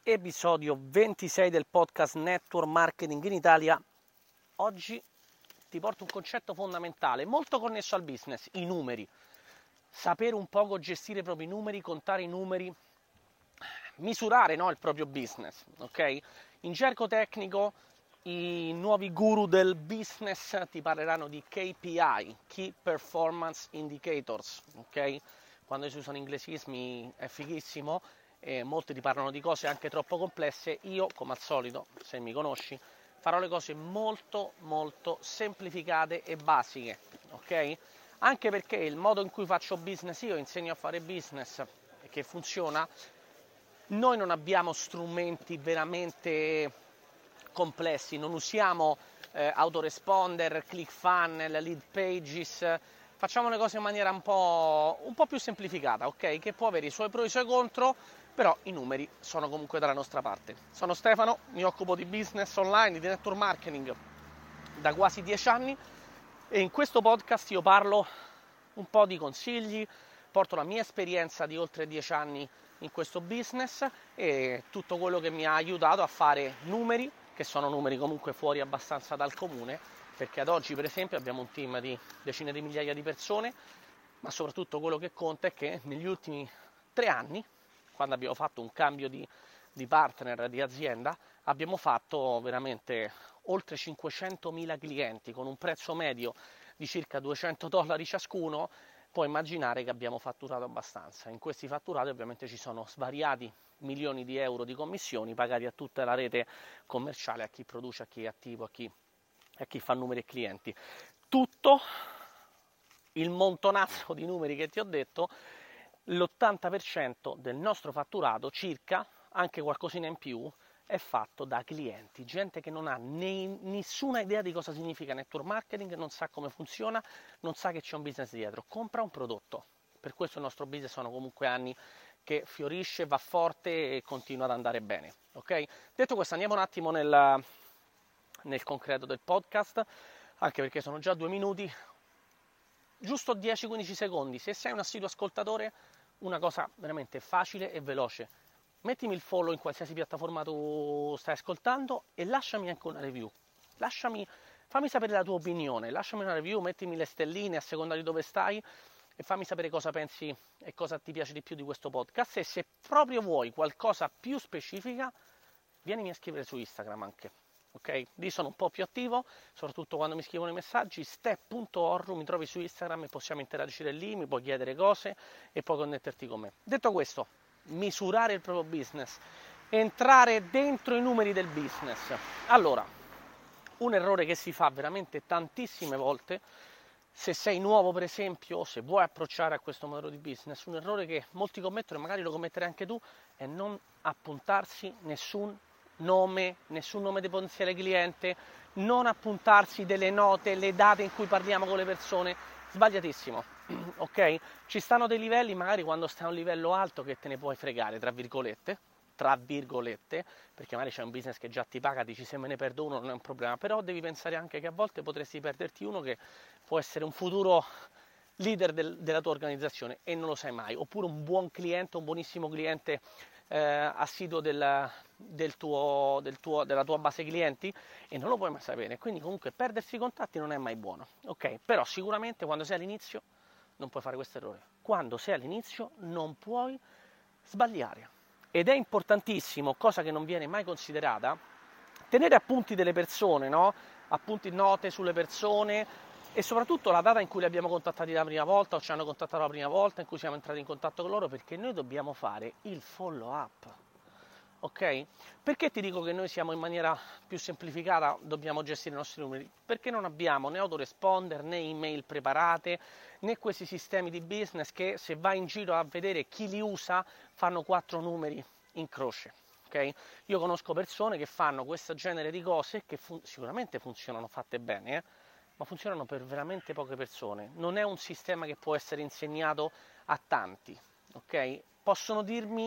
episodio 26 del podcast Network Marketing in Italia. Oggi ti porto un concetto fondamentale, molto connesso al business, i numeri. Sapere un poco gestire i propri numeri, contare i numeri, misurare il proprio business, ok? In gergo tecnico, i nuovi guru del business ti parleranno di KPI, Key Performance Indicators, ok? Quando si usano inglesismi è fighissimo. E molti ti parlano di cose anche troppo complesse. Io, come al solito, se mi conosci, farò le cose molto semplificate e basiche, ok? Anche perché il modo in cui faccio business, io insegno a fare business e che funziona, noi non abbiamo strumenti veramente complessi, non usiamo autoresponder, ClickFunnels, lead pages, facciamo le cose in maniera un po' più semplificata, ok? Che può avere i suoi pro e i suoi contro, però i numeri sono comunque dalla nostra parte. Sono Stefano, mi occupo di business online, di network marketing da quasi 10 anni e in questo podcast io parlo un po' di consigli, porto la mia esperienza di oltre 10 anni in questo business e tutto quello che mi ha aiutato a fare numeri, che sono numeri comunque fuori abbastanza dal comune, perché ad oggi per esempio abbiamo un team di decine di migliaia di persone, ma soprattutto quello che conta è che negli ultimi 3 anni, quando abbiamo fatto un cambio di partner, di azienda, abbiamo fatto veramente oltre 500.000 clienti con un prezzo medio di circa $200 ciascuno. Puoi immaginare che abbiamo fatturato abbastanza. In questi fatturati ovviamente ci sono svariati milioni di euro di commissioni pagati a tutta la rete commerciale, a chi produce, a chi è attivo, a chi fa numeri e clienti. Tutto il montonazzo di numeri che ti ho detto, l'80% del nostro fatturato, circa, anche qualcosina in più, è fatto da clienti, gente che non ha nessuna idea di cosa significa network marketing, non sa come funziona, non sa che c'è un business dietro, compra un prodotto. Per questo il nostro business sono comunque anni che fiorisce, va forte e continua ad andare bene, ok? Detto questo, andiamo un attimo nel concreto del podcast, anche perché sono già 2 minuti, giusto 10-15 secondi. Se sei un assiduo ascoltatore, una cosa veramente facile e veloce: mettimi il follow in qualsiasi piattaforma tu stai ascoltando e lasciami anche una review. Fammi sapere la tua opinione, lasciami una review, mettimi le stelline a seconda di dove stai e fammi sapere cosa pensi e cosa ti piace di più di questo podcast. E se proprio vuoi qualcosa più specifica, vienimi a scrivere su Instagram anche. Ok? Lì sono un po' più attivo, soprattutto quando mi scrivono i messaggi. step.orru, mi trovi su Instagram e possiamo interagire lì, mi puoi chiedere cose e puoi connetterti con me. Detto questo, misurare il proprio business, entrare dentro i numeri del business. Allora, un errore che si fa veramente tantissime volte, se sei nuovo per esempio, o se vuoi approcciare a questo modello di business, un errore che molti commettono e magari lo commetterai anche tu, è non appuntarsi nessun nome di potenziale cliente, non appuntarsi delle note, le date in cui parliamo con le persone. Sbagliatissimo, ok? Ci stanno dei livelli, magari quando stai a un livello alto, che te ne puoi fregare, tra virgolette, perché magari c'è un business che già ti paga, dici se me ne perdo uno non è un problema, però devi pensare anche che a volte potresti perderti uno che può essere un futuro leader della tua organizzazione e non lo sai mai, oppure un buon cliente, un buonissimo cliente assiduo della tua base clienti, e non lo puoi mai sapere. Quindi comunque perdersi i contatti non è mai buono, ok? Però sicuramente quando sei all'inizio non puoi fare questo errore. Quando sei all'inizio non puoi sbagliare. Ed è importantissimo, cosa che non viene mai considerata, tenere appunti delle persone, no? Appunti, note sulle persone, e soprattutto la data in cui li abbiamo contattati la prima volta o ci hanno contattato la prima volta, in cui siamo entrati in contatto con loro, perché noi dobbiamo fare il follow up, ok? Perché ti dico che noi siamo in maniera più semplificata, dobbiamo gestire i nostri numeri? Perché non abbiamo né autoresponder, né email preparate, né questi sistemi di business che, se vai in giro a vedere chi li usa, fanno 4 numeri in croce. Okay? Io conosco persone che fanno questo genere di cose che sicuramente funzionano fatte bene, ma funzionano per veramente poche persone. Non è un sistema che può essere insegnato a tanti, ok? Possono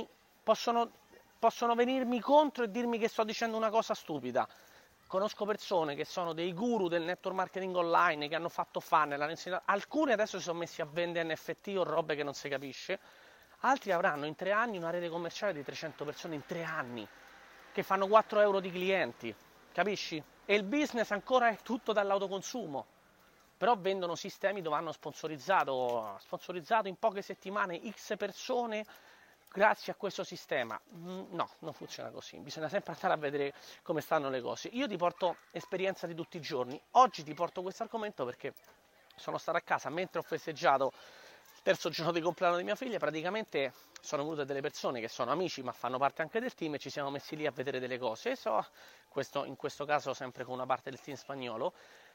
venirmi contro e dirmi che sto dicendo una cosa stupida. Conosco persone che sono dei guru del network marketing online, che hanno fatto funnel, hanno insegnato. Alcuni adesso si sono messi a vendere NFT o robe che non si capisce, altri avranno in 3 anni una rete commerciale di 300 persone in 3 anni. che fanno 4 euro di clienti, capisci? E il business ancora è tutto dall'autoconsumo, però vendono sistemi dove hanno sponsorizzato in poche settimane X persone grazie a questo sistema. No, non funziona così, bisogna sempre andare a vedere come stanno le cose. Io ti porto esperienza di tutti i giorni, oggi ti porto questo argomento perché sono stato a casa mentre ho festeggiato il terzo giorno di compleanno di mia figlia, praticamente sono venute delle persone che sono amici ma fanno parte anche del team e ci siamo messi lì a vedere delle cose e in questo caso sempre con una parte del team spagnolo,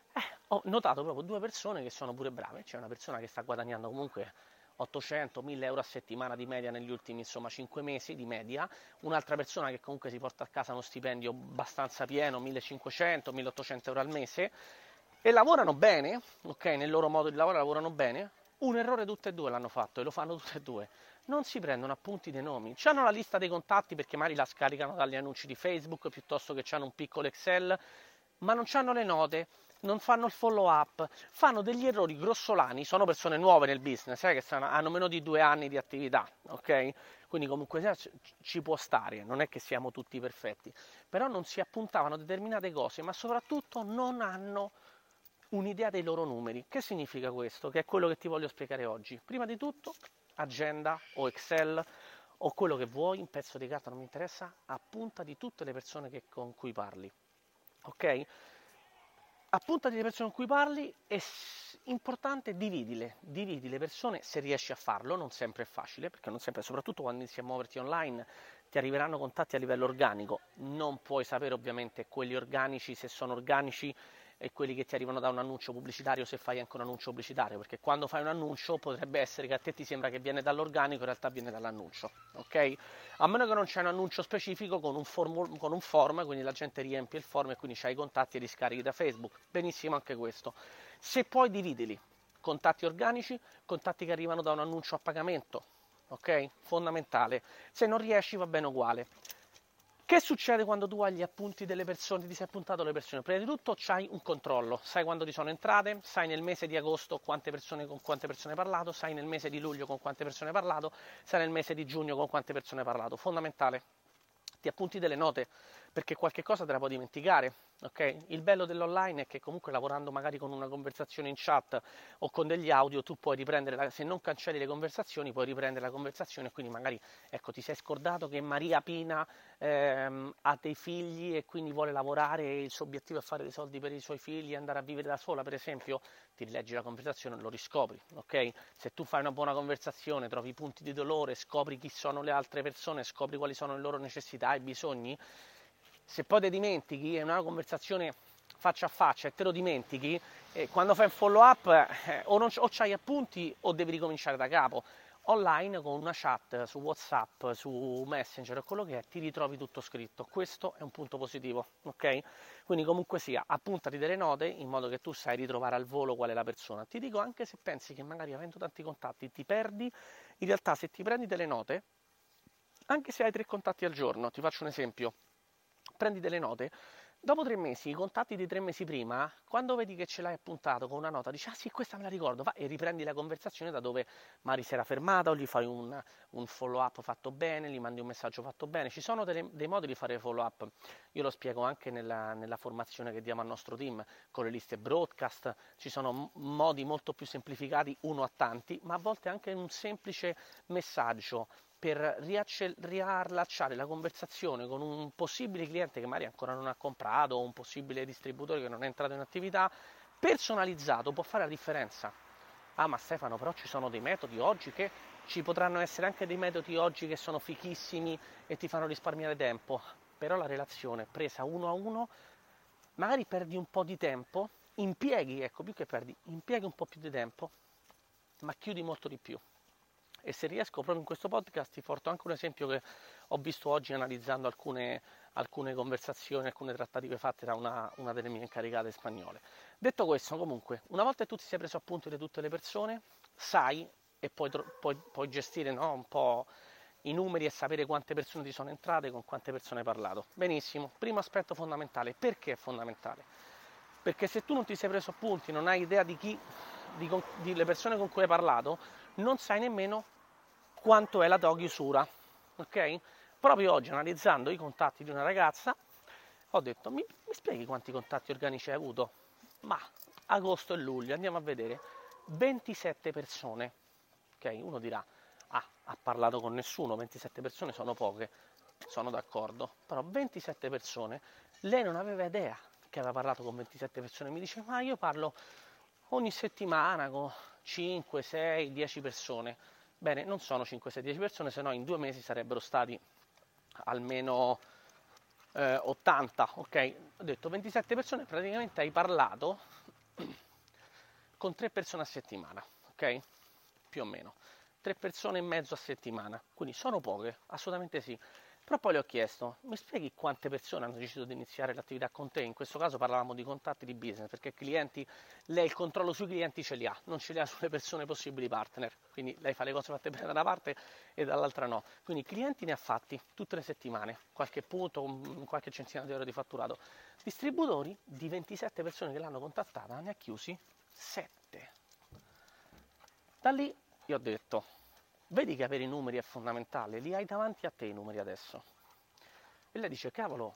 ho notato proprio due persone che sono pure brave. C'è una persona che sta guadagnando comunque 800-1000 euro a settimana di media negli ultimi 5 mesi di media, un'altra persona che comunque si porta a casa uno stipendio abbastanza pieno, 1500-1800 euro al mese, e lavorano bene, ok, nel loro modo di lavorare lavorano bene. Un errore tutte e due l'hanno fatto e lo fanno tutte e due: non si prendono appunti dei nomi, hanno la lista dei contatti perché magari la scaricano dagli annunci di Facebook piuttosto che hanno un piccolo Excel, ma non hanno le note, non fanno il follow up, fanno degli errori grossolani. Sono persone nuove nel business, che hanno meno di 2 anni di attività, ok? Quindi comunque ci può stare, non è che siamo tutti perfetti, però non si appuntavano a determinate cose, ma soprattutto non hanno un'idea dei loro numeri. Che significa questo? Che è quello che ti voglio spiegare oggi. Prima di tutto, agenda o Excel o quello che vuoi, un pezzo di carta non mi interessa, appunta di tutte le persone con cui parli, ok? Appuntati le persone con cui parli e importante, dividi le persone se riesci a farlo. Non sempre è facile, perché non sempre, soprattutto quando inizi a muoverti online, ti arriveranno contatti a livello organico. Non puoi sapere ovviamente quelli organici, se sono organici, e quelli che ti arrivano da un annuncio pubblicitario, se fai anche un annuncio pubblicitario, perché quando fai un annuncio potrebbe essere che a te ti sembra che viene dall'organico, in realtà viene dall'annuncio, ok? A meno che non c'è un annuncio specifico con un form, quindi la gente riempie il form e quindi c'hai i contatti e li scarichi da Facebook. Benissimo anche questo. Se poi dividili, contatti organici, contatti che arrivano da un annuncio a pagamento, ok? Fondamentale. Se non riesci va bene uguale. Che succede quando tu hai gli appunti delle persone, ti sei appuntato alle persone? Prima di tutto c'hai un controllo, sai quando ti sono entrate, sai nel mese di agosto con quante persone hai parlato, sai nel mese di luglio con quante persone hai parlato, sai nel mese di giugno con quante persone hai parlato. Fondamentale. Ti appunti delle note, perché qualche cosa te la puoi dimenticare, ok? Il bello dell'online è che comunque lavorando magari con una conversazione in chat o con degli audio, tu puoi riprendere, se non cancelli le conversazioni, puoi riprendere la conversazione, e quindi magari, ecco, ti sei scordato che Maria Pina ha dei figli e quindi vuole lavorare e il suo obiettivo è fare dei soldi per i suoi figli e andare a vivere da sola, per esempio. Ti rileggi la conversazione e lo riscopri, ok? Se tu fai una buona conversazione, trovi punti di dolore, scopri chi sono le altre persone, scopri quali sono le loro necessità e bisogni. Se poi te dimentichi, è una conversazione faccia a faccia e te lo dimentichi, quando fai un follow up o c'hai appunti o devi ricominciare da capo. Online con una chat su WhatsApp, su Messenger o quello che è, ti ritrovi tutto scritto. Questo è un punto positivo, ok? Quindi comunque sia, appuntati delle note in modo che tu sai ritrovare al volo qual è la persona. Ti dico, anche se pensi che magari avendo tanti contatti ti perdi, in realtà se ti prendi delle note, anche se hai 3 contatti al giorno, ti faccio un esempio, prendi delle note, dopo 3 mesi, i contatti di 3 mesi prima, quando vedi che ce l'hai appuntato con una nota, dici: ah sì, questa me la ricordo, va e riprendi la conversazione da dove Mari si era fermata, o gli fai un follow up fatto bene, gli mandi un messaggio fatto bene. Ci sono dei modi di fare follow up, io lo spiego anche nella formazione che diamo al nostro team, con le liste broadcast. Ci sono modi molto più semplificati, uno a tanti, ma a volte anche un semplice messaggio per riallacciare la conversazione con un possibile cliente che magari ancora non ha comprato, o un possibile distributore che non è entrato in attività. Personalizzato può fare la differenza. Ah, ma Stefano, però ci sono dei metodi oggi che ci potranno essere anche dei metodi oggi che sono fichissimi e ti fanno risparmiare tempo, però la relazione presa uno a uno, magari perdi un po' di tempo, impieghi un po' più di tempo, ma chiudi molto di più. E se riesco, proprio in questo podcast ti porto anche un esempio che ho visto oggi analizzando alcune conversazioni, alcune trattative fatte da una delle mie incaricate spagnole. Detto questo, comunque, una volta che tu ti sei preso appunti di tutte le persone, sai e puoi gestire, no, un po' i numeri e sapere quante persone ti sono entrate, con quante persone hai parlato. Benissimo, primo aspetto fondamentale. Perché è fondamentale? Perché se tu non ti sei preso appunti, non hai idea di le persone con cui hai parlato, non sai nemmeno quanto è la tua chiusura, ok? proprio oggi, analizzando i contatti di una ragazza, ho detto, mi spieghi quanti contatti organici hai avuto? Ma agosto e luglio, andiamo a vedere, 27 persone. Ok, uno dirà, ha parlato con nessuno, 27 persone sono poche, sono d'accordo, però 27 persone, lei non aveva idea che aveva parlato con 27 persone, mi dice, ma io parlo ogni settimana con 5, 6, 10 persone. Bene, non sono 5, 6, 10 persone, se no in 2 mesi sarebbero stati almeno 80, ok? Ho detto 27 persone, praticamente hai parlato con 3 persone a settimana, ok? Più o meno. 3 persone e mezzo a settimana, quindi sono poche, assolutamente sì. Però poi le ho chiesto, mi spieghi quante persone hanno deciso di iniziare l'attività con te? In questo caso parlavamo di contatti di business, perché clienti, lei il controllo sui clienti ce li ha, non ce li ha sulle persone possibili partner, quindi lei fa le cose fatte bene da una parte e dall'altra no. Quindi clienti ne ha fatti tutte le settimane, qualche punto, qualche centinaio di euro di fatturato. Distributori di 27 persone che l'hanno contattata, ne ha chiusi 7. Da lì gli ho detto, vedi che avere i numeri è fondamentale, li hai davanti a te i numeri adesso. E lei dice, cavolo,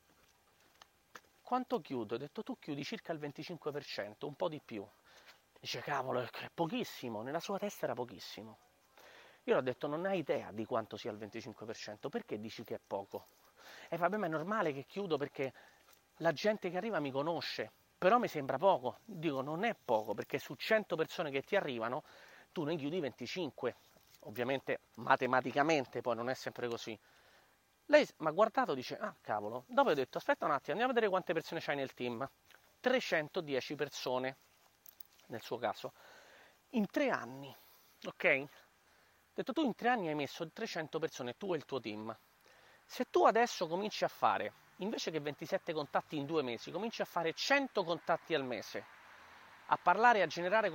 quanto chiudo? Ho detto, tu chiudi circa il 25%, un po' di più. Dice, cavolo, è pochissimo, nella sua testa era pochissimo. Io le ho detto, non hai idea di quanto sia il 25%, perché dici che è poco? E vabbè, ma è normale che chiudo perché la gente che arriva mi conosce, però mi sembra poco. Dico, non è poco, perché su 100 persone che ti arrivano, tu ne chiudi 25. Ovviamente matematicamente poi non è sempre così. Lei mi ha guardato e dice, ah cavolo, dopo ho detto, aspetta un attimo, andiamo a vedere quante persone c'hai nel team. 310 persone, nel suo caso, in 3 anni, ok? Ho detto, tu in 3 anni hai messo 300 persone, tu e il tuo team. Se tu adesso cominci a fare, invece che 27 contatti in 2 mesi, cominci a fare 100 contatti al mese, a parlare e a generare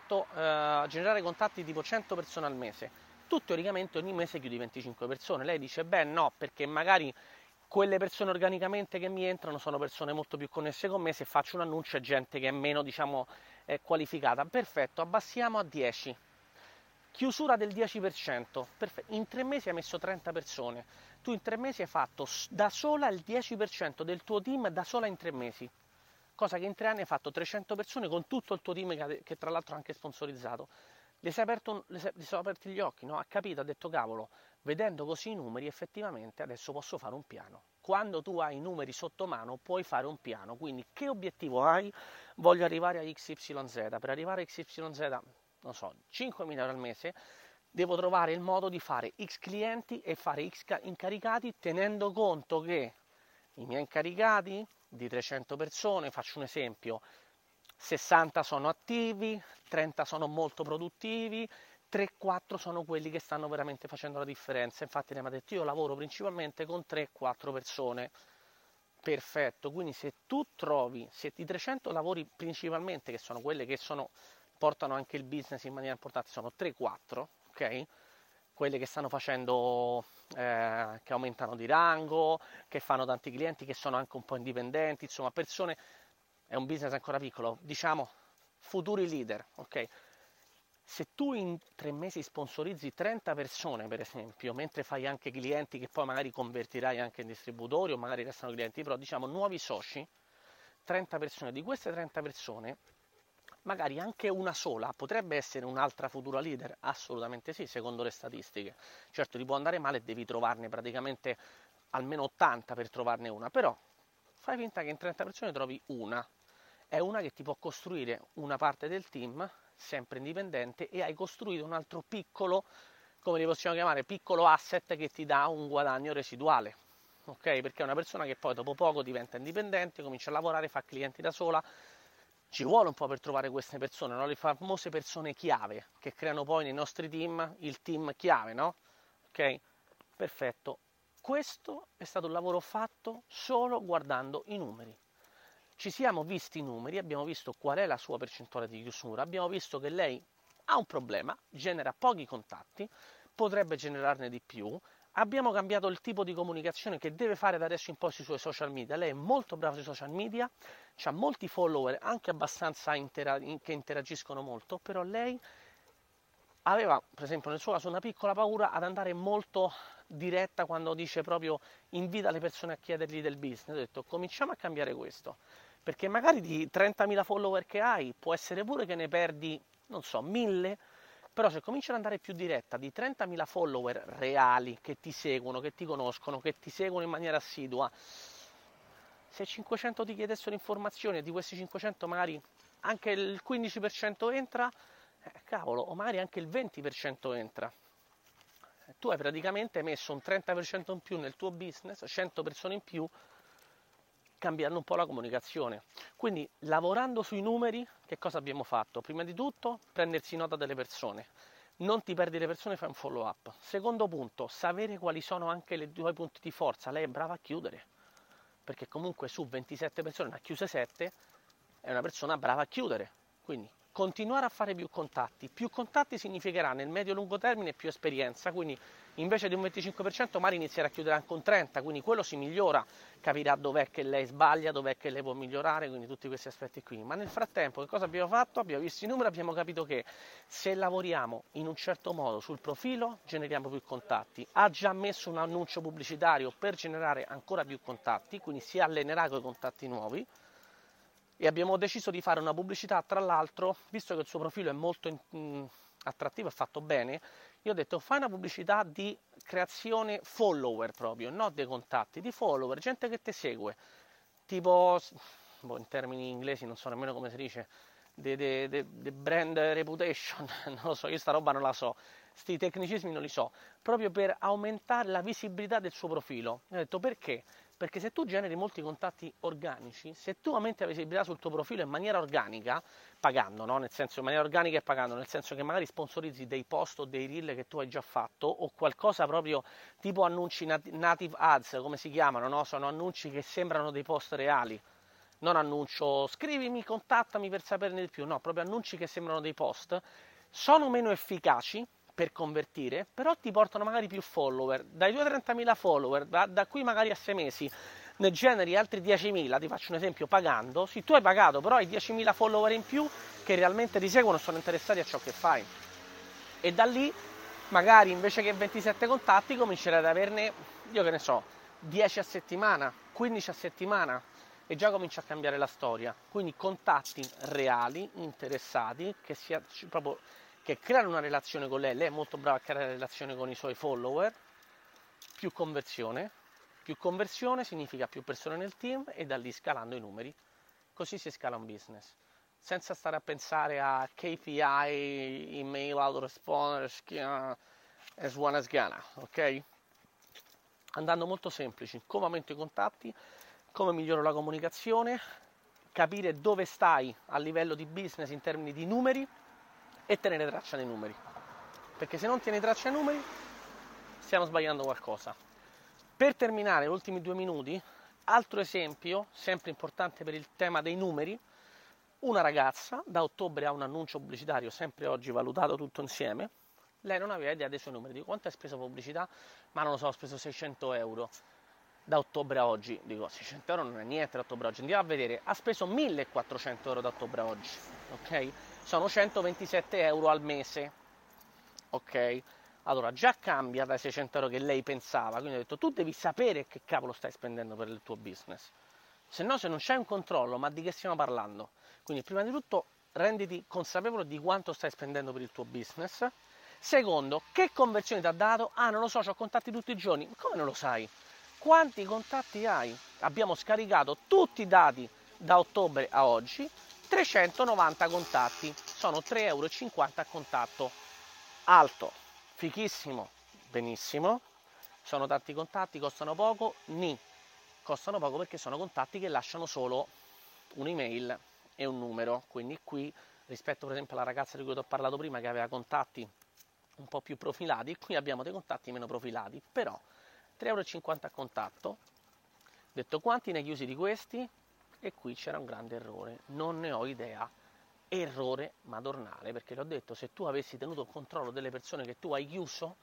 contatti tipo 100 persone al mese, tu teoricamente ogni mese chiudi 25 persone. Lei dice, beh no, perché magari quelle persone organicamente che mi entrano sono persone molto più connesse con me, se faccio un annuncio è gente che è meno, diciamo, qualificata. Perfetto, abbassiamo a 10. Chiusura del 10%, perfetto. In 3 mesi hai messo 30 persone. Tu in 3 mesi hai fatto da sola il 10% del tuo team, da sola in 3 mesi. Cosa che in 3 anni hai fatto 300 persone con tutto il tuo team che tra l'altro è anche sponsorizzato. Le sono aperti gli occhi, no? Ha capito, ha detto cavolo, vedendo così i numeri effettivamente adesso posso fare un piano. Quando tu hai i numeri sotto mano puoi fare un piano, quindi che obiettivo hai? Voglio arrivare a XYZ, per arrivare a XYZ, non so, 5.000 euro al mese, devo trovare il modo di fare X clienti e fare X incaricati tenendo conto che i miei incaricati di 300 persone, faccio un esempio, 60 sono attivi, 30 sono molto produttivi, 3-4 sono quelli che stanno veramente facendo la differenza. Infatti lei mi ha detto io lavoro principalmente con 3-4 persone. Perfetto, quindi se tu trovi, se di 300 lavori principalmente, che sono quelle che portano anche il business in maniera importante, sono 3-4, ok? Quelle che stanno facendo, che aumentano di rango, che fanno tanti clienti, che sono anche un po' indipendenti, insomma persone, è un business ancora piccolo, diciamo futuri leader, ok? Se tu in 3 mesi sponsorizzi 30 persone, per esempio, mentre fai anche clienti che poi magari convertirai anche in distributori o magari restano clienti, però diciamo nuovi soci, 30 persone, di queste 30 persone magari anche una sola potrebbe essere un'altra futura leader? Assolutamente sì, secondo le statistiche. Certo, ti può andare male e devi trovarne praticamente almeno 80 per trovarne una, però fai finta che in 30 persone trovi una. È una che ti può costruire una parte del team, sempre indipendente, e hai costruito un altro piccolo, come li possiamo chiamare, piccolo asset che ti dà un guadagno residuale. Ok? Perché è una persona che poi dopo poco diventa indipendente, comincia a lavorare, fa clienti da sola. Ci vuole un po' per trovare queste persone, no? Le famose persone chiave che creano poi nei nostri team il team chiave, no? Ok? Perfetto. Questo è stato un lavoro fatto solo guardando i numeri. Ci siamo visti i numeri, abbiamo visto qual è la sua percentuale di chiusura, abbiamo visto che lei ha un problema, genera pochi contatti, potrebbe generarne di più. Abbiamo cambiato il tipo di comunicazione che deve fare da adesso in poi sui suoi social media. Lei è molto brava sui social media, ha molti follower, anche abbastanza che interagiscono molto, però lei aveva, per esempio nel suo caso, una piccola paura ad andare molto diretta quando dice proprio invita le persone a chiedergli del business. Ho detto cominciamo a cambiare questo, perché magari di 30.000 follower che hai può essere pure che ne perdi, non so, 1.000, però se cominci ad andare più diretta di 30.000 follower reali che ti seguono, che ti conoscono, che ti seguono in maniera assidua, se 500 ti chiedessero informazioni e di questi 500 magari anche il 15% entra, cavolo, o magari anche il 20% entra. Tu hai praticamente messo un 30% in più nel tuo business, 100 persone in più, cambiando un po' la comunicazione. Quindi lavorando sui numeri, che cosa abbiamo fatto? Prima di tutto prendersi nota delle persone. Non ti perdi le persone, fai un follow up. Secondo punto, sapere quali sono anche i tuoi punti di forza. Lei è brava a chiudere, perché comunque su 27 persone ne ha chiuse 7, è una persona brava a chiudere. Quindi continuare a fare più contatti significherà nel medio-lungo termine più esperienza, quindi invece di un 25% magari inizierà a chiudere anche un 30%, quindi quello si migliora, capirà dov'è che lei sbaglia, dov'è che lei può migliorare, quindi tutti questi aspetti qui. Ma nel frattempo che cosa abbiamo fatto? Abbiamo visto i numeri, abbiamo capito che se lavoriamo in un certo modo sul profilo generiamo più contatti. Ha già messo un annuncio pubblicitario per generare ancora più contatti, quindi si allenerà con i contatti nuovi. E abbiamo deciso di fare una pubblicità, tra l'altro, visto che il suo profilo è molto attrattivo e fatto bene, io ho detto fai una pubblicità di creazione follower proprio, non dei contatti, di follower, gente che ti segue, tipo, in termini inglesi non so nemmeno come si dice, the brand reputation, non lo so, io sta roba non la so, sti tecnicismi non li so, proprio per aumentare la visibilità del suo profilo. Io ho detto perché? Perché se tu generi molti contatti organici, se tu aumenti la visibilità sul tuo profilo in maniera organica, pagando, no? Nel senso, in maniera organica e pagando, nel senso che magari sponsorizzi dei post o dei reel che tu hai già fatto, o qualcosa proprio tipo annunci native ads, come si chiamano, no? Sono annunci che sembrano dei post reali, non annuncio scrivimi, contattami per saperne di più, no, proprio annunci che sembrano dei post, sono meno efficaci per convertire, però ti portano magari più follower. Dai tuoi 30.000 follower, da qui magari a 6 mesi, ne generi altri 10.000, ti faccio un esempio, pagando. Se tu hai pagato, però hai 10.000 follower in più che realmente ti seguono e sono interessati a ciò che fai. E da lì, magari invece che 27 contatti, comincerai ad averne, io che ne so, 10 a settimana, 15 a settimana, e già comincia a cambiare la storia. Quindi contatti reali, interessati, che creano una relazione con lei. Lei è molto brava a creare relazione con i suoi follower. Più conversione significa più persone nel team, e da lì scalando i numeri. Così si scala un business, senza stare a pensare a KPI, email autoresponder, as one as gonna, ok? Andando molto semplici, come aumento i contatti, come miglioro la comunicazione, capire dove stai a livello di business in termini di numeri e tenere traccia dei numeri, perché se non tieni traccia dei numeri stiamo sbagliando qualcosa. Per terminare, ultimi 2 minuti, altro esempio, sempre importante per il tema dei numeri, una ragazza da ottobre ha un annuncio pubblicitario, sempre oggi valutato tutto insieme, lei non aveva idea dei suoi numeri, dico quanto hai speso pubblicità? Ma non lo so, ho speso 600 euro da ottobre a oggi. Dico 600 euro non è niente da ottobre a oggi, andiamo a vedere, ha speso 1.400 euro da ottobre a oggi, ok? Sono 127 euro al mese, ok? Allora già cambia dai 600 euro che lei pensava, quindi ho detto tu devi sapere che cavolo stai spendendo per il tuo business, se no, se non c'hai un controllo, ma di che stiamo parlando? Quindi prima di tutto renditi consapevole di quanto stai spendendo per il tuo business. Secondo, che conversioni ti ha dato? Ah, non lo so, ho contatti tutti i giorni. Come non lo sai? Quanti contatti hai? Abbiamo scaricato tutti i dati da ottobre a oggi, 390 contatti, sono 3,50 euro a contatto. Alto, fichissimo, benissimo, sono tanti contatti, costano poco, costano poco perché sono contatti che lasciano solo un'email e un numero, quindi qui rispetto per esempio alla ragazza di cui ti ho parlato prima che aveva contatti un po' più profilati, qui abbiamo dei contatti meno profilati, però 3,50 euro a contatto, detto quanti ne hai chiusi di questi? E qui c'era un grande errore, non ne ho idea, errore madornale, perché l'ho detto, se tu avessi tenuto il controllo delle persone che tu hai chiuso,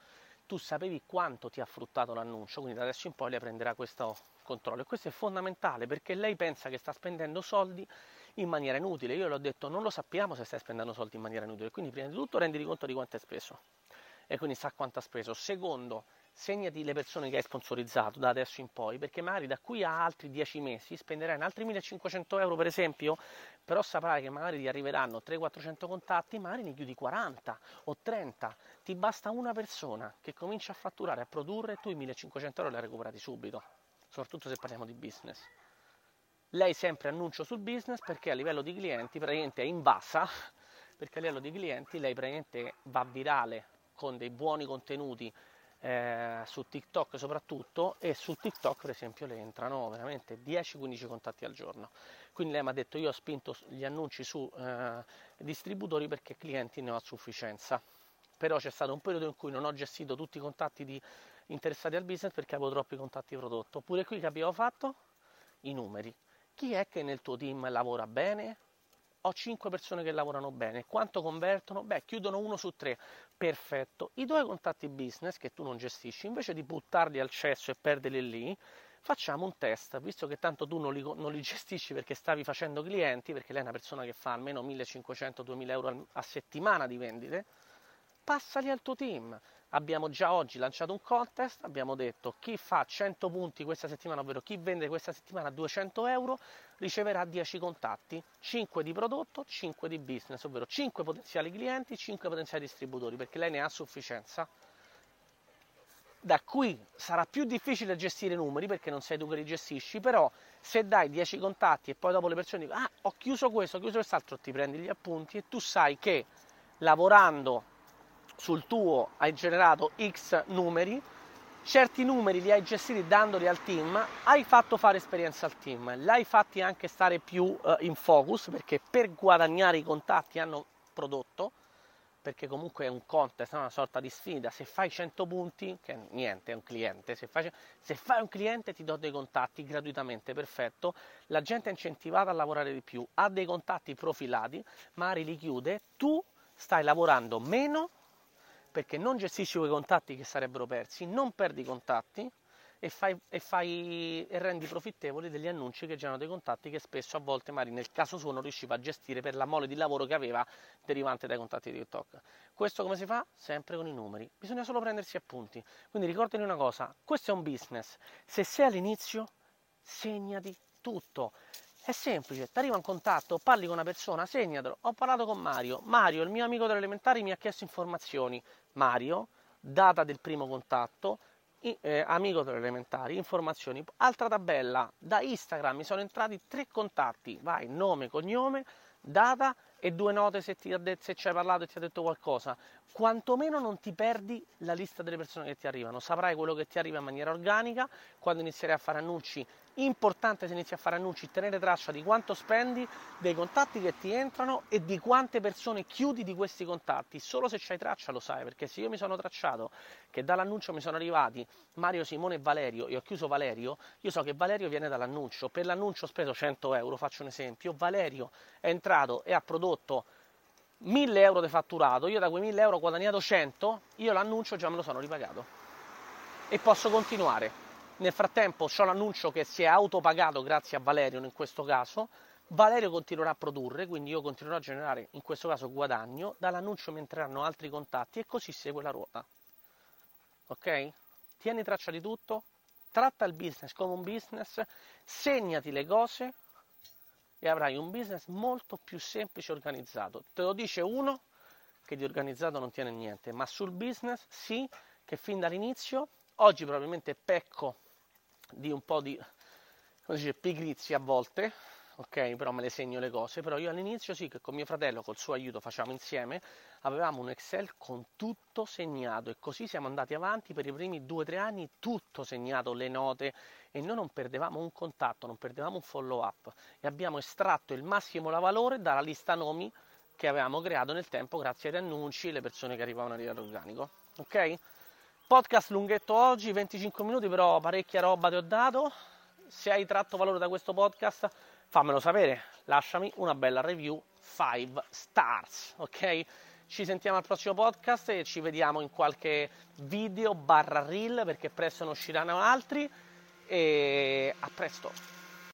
tu sapevi quanto ti ha fruttato l'annuncio, quindi da adesso in poi lei prenderà questo controllo. E questo è fondamentale perché lei pensa che sta spendendo soldi in maniera inutile. Io le ho detto non lo sappiamo se stai spendendo soldi in maniera inutile, quindi prima di tutto renditi conto di quanto hai speso e quindi sa quanto ha speso. Secondo, segnati le persone che hai sponsorizzato da adesso in poi, perché magari da qui a altri 10 mesi spenderai un altri 1.500 euro per esempio, però saprai che magari ti arriveranno 300-400 contatti, magari ne chiudi 40 o 30, ti basta una persona che comincia a fatturare, a produrre, tu i 1.500 euro li hai recuperati subito, soprattutto se parliamo di business. Lei sempre annuncio sul business perché a livello di clienti praticamente è invasa, perché a livello di clienti lei praticamente va virale con dei buoni contenuti su TikTok soprattutto, e su TikTok per esempio le entrano veramente 10-15 contatti al giorno. Quindi lei mi ha detto io ho spinto gli annunci su distributori perché clienti ne ho a sufficienza, però c'è stato un periodo in cui non ho gestito tutti i contatti interessati al business perché avevo troppi contatti prodotto. Oppure qui che abbiamo fatto? I numeri. Chi è che nel tuo team lavora bene? Ho 5 persone che lavorano bene. Quanto convertono? Beh, chiudono 1 su 3. Perfetto. I tuoi contatti business che tu non gestisci, invece di buttarli al cesso e perderli lì, facciamo un test. Visto che tanto tu non li gestisci perché stavi facendo clienti, perché lei è una persona che fa almeno 1.500-2.000 euro a settimana di vendite, passali al tuo team. Abbiamo già oggi lanciato un contest, abbiamo detto chi fa 100 punti questa settimana, ovvero chi vende questa settimana 200 euro, riceverà 10 contatti, 5 di prodotto, 5 di business, ovvero 5 potenziali clienti, 5 potenziali distributori, perché lei ne ha a sufficienza. Da qui sarà più difficile gestire i numeri perché non sei tu che li gestisci, però se dai 10 contatti e poi dopo le persone dicono ho chiuso questo, ho chiuso quest'altro, ti prendi gli appunti e tu sai che lavorando sul tuo hai generato X numeri, certi numeri li hai gestiti dandoli al team, hai fatto fare esperienza al team, l'hai fatti anche stare più in focus perché per guadagnare i contatti hanno prodotto, perché comunque è un contest, è una sorta di sfida. Se fai 100 punti, che niente, è un cliente, se fai un cliente ti do dei contatti gratuitamente, perfetto, la gente è incentivata a lavorare di più, ha dei contatti profilati, magari li chiude, tu stai lavorando meno perché non gestisci quei contatti che sarebbero persi, non perdi contatti e rendi profittevoli degli annunci che generano dei contatti che spesso a volte magari nel caso suo non riusciva a gestire per la mole di lavoro che aveva derivante dai contatti di TikTok. Questo come si fa? Sempre con i numeri, bisogna solo prendersi appunti. Quindi ricordati una cosa, questo è un business, se sei all'inizio segnati tutto. È semplice, ti arriva un contatto, parli con una persona, segnatelo. Ho parlato con Mario. Mario, il mio amico delle elementari, mi ha chiesto informazioni. Mario, data del primo contatto, amico delle elementari, informazioni. Altra tabella, da Instagram mi sono entrati 3 contatti. Vai, nome, cognome, data e 2 note se ci hai parlato e ti ha detto qualcosa. Quantomeno non ti perdi la lista delle persone che ti arrivano. Saprai quello che ti arriva in maniera organica. Quando inizierai a fare annunci, importante se inizi a fare annunci tenere traccia di quanto spendi, dei contatti che ti entrano e di quante persone chiudi di questi contatti. Solo se c'hai traccia lo sai, perché se io mi sono tracciato che dall'annuncio mi sono arrivati Mario, Simone e Valerio e ho chiuso Valerio, io so che Valerio viene dall'annuncio. Per l'annuncio ho speso 100 euro, faccio un esempio. Valerio è entrato e ha prodotto 1.000 euro di fatturato, io da quei 1.000 euro ho guadagnato 100, io l'annuncio già me lo sono ripagato e posso continuare. Nel frattempo c'ho l'annuncio che si è autopagato grazie a Valerio in questo caso, Valerio continuerà a produrre, quindi io continuerò a generare in questo caso guadagno, dall'annuncio mi entreranno altri contatti e così segue la ruota. Ok? Tieni traccia di tutto, tratta il business come un business, segnati le cose e avrai un business molto più semplice e organizzato. Te lo dice uno che di organizzato non tiene niente, ma sul business sì, che fin dall'inizio, oggi probabilmente pecco di un po' di, come si dice, pigrizia a volte, ok, però me le segno le cose, però io all'inizio sì che con mio fratello, col suo aiuto facciamo insieme, avevamo un Excel con tutto segnato e così siamo andati avanti per i primi 2-3 anni, tutto segnato, le note, e noi non perdevamo un contatto, non perdevamo un follow up e abbiamo estratto il massimo valore dalla lista nomi che avevamo creato nel tempo grazie agli annunci e le persone che arrivavano a livello organico. Ok? Podcast lunghetto oggi, 25 minuti, però parecchia roba ti ho dato. Se hai tratto valore da questo podcast, fammelo sapere, lasciami una bella review 5 stars, ok? Ci sentiamo al prossimo podcast e ci vediamo in qualche video / reel, perché presto ne usciranno altri, e a presto.